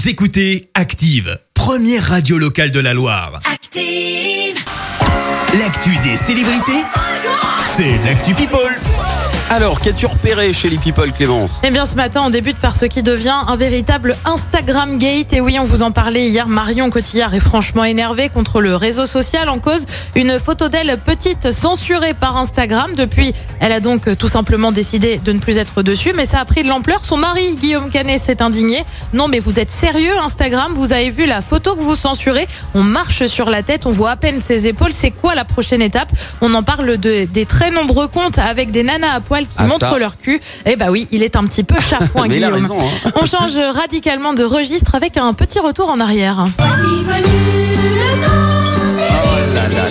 Vous écoutez Active, première radio locale de la Loire. Active. L'actu des célébrités, c'est l'actu People. Alors, qu'as-tu repéré chez les people, Clémence ? Eh bien, ce matin, on débute par ce qui devient un véritable Instagram Gate. Et oui, on vous en parlait hier. Marion Cotillard est franchement énervée contre le réseau social en cause une photo d'elle petite censurée par Instagram. Depuis, elle a donc tout simplement décidé de ne plus être dessus. Mais ça a pris de l'ampleur. Son mari, Guillaume Canet, s'est indigné. Non, mais vous êtes sérieux, Instagram ? Vous avez vu la photo que vous censurez ? On marche sur la tête, on voit à peine ses épaules. C'est quoi la prochaine étape ? On en parle des très nombreux comptes avec des nanas à poil qui montrent leur cul. Eh bah oui, il est un petit peu chafouin, Mais Guillaume. il a raison, hein. On change radicalement de registre avec un petit retour en arrière. Voici venu le temps des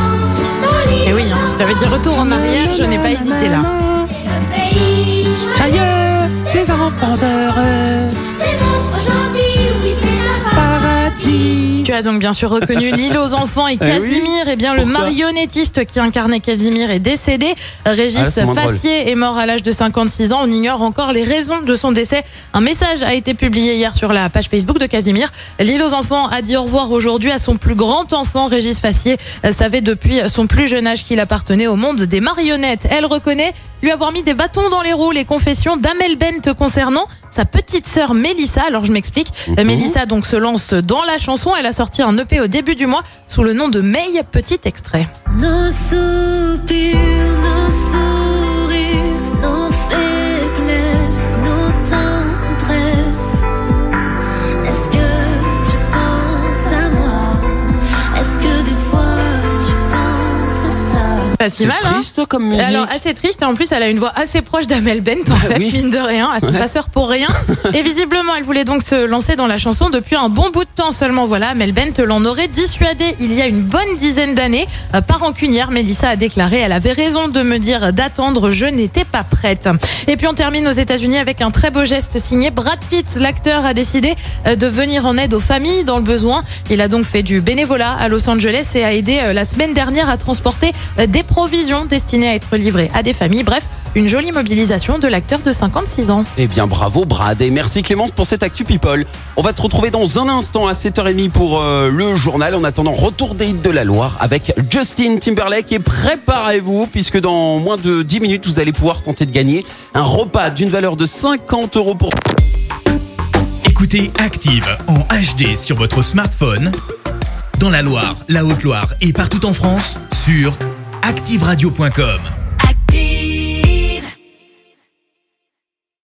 Et oui, hein, j'avais dit retour en arrière, je n'ai pas hésité là. pays. Aïeux, les enfants heureux, Des monstres aujourd'hui, oui c'est la paradis. Tu as donc bien sûr reconnu L'île aux enfants et Casimir. Eh bien, le marionnettiste qui incarnait Casimir est décédé. Régis c'est moins drôle. Fassier est mort à l'âge de 56 ans. On ignore encore les raisons de son décès. Un message a été publié hier sur la page Facebook de Casimir. L'île aux enfants a dit au revoir aujourd'hui à son plus grand enfant, Régis Fassier. Savait depuis son plus jeune âge qu'il appartenait au monde des marionnettes. Elle reconnaît lui avoir mis des bâtons dans les roues. Les confessions d'Amel Bent concernant sa petite sœur Mélissa. Alors je m'explique. Mélissa donc se lance dans la chanson. Elle a sorti un EP au début du mois sous le nom de May. Petit extrait. Nos soupirs, nos sourires, nos faiblesses, nos tendresses. Est-ce que tu penses à moi? Est-ce que des fois tu penses à ça? Pas si C'est mal, hein. triste comme musique. Alors assez triste et en plus elle a une voix assez proche d'Amel Bent en fait, oui. mine de rien, elles sont pas sœurs pour rien. Et visiblement elle voulait donc se lancer dans la chanson depuis un bon bout de temps seulement. Voilà, Amel Bent l'en aurait dissuadé il y a une bonne dizaine d'années. Par rancunière, Mélissa a déclaré: elle avait raison de me dire d'attendre, je n'étais pas prête. Et puis on termine aux États-Unis avec un très beau geste signé Brad Pitt. L'acteur a décidé de venir en aide aux familles dans le besoin. Il a donc fait du bénévolat à Los Angeles et a aidé la semaine dernière à transporter des provisions destinées à être livrées à des familles. Bref, une jolie mobilisation de l'acteur de 56 ans. Eh bien, bravo Brad et merci Clémence pour cette Actu People. On va te retrouver dans un instant à 7h30 pour le journal. En attendant, retour des hits de la Loire avec Justin Timberlake. Et préparez-vous puisque dans moins de 10 minutes, vous allez pouvoir tenter de gagner un repas d'une valeur de 50 € pour... Écoutez Active en HD sur votre smartphone, dans la Loire, la Haute-Loire et partout en France, sur activeradio.com.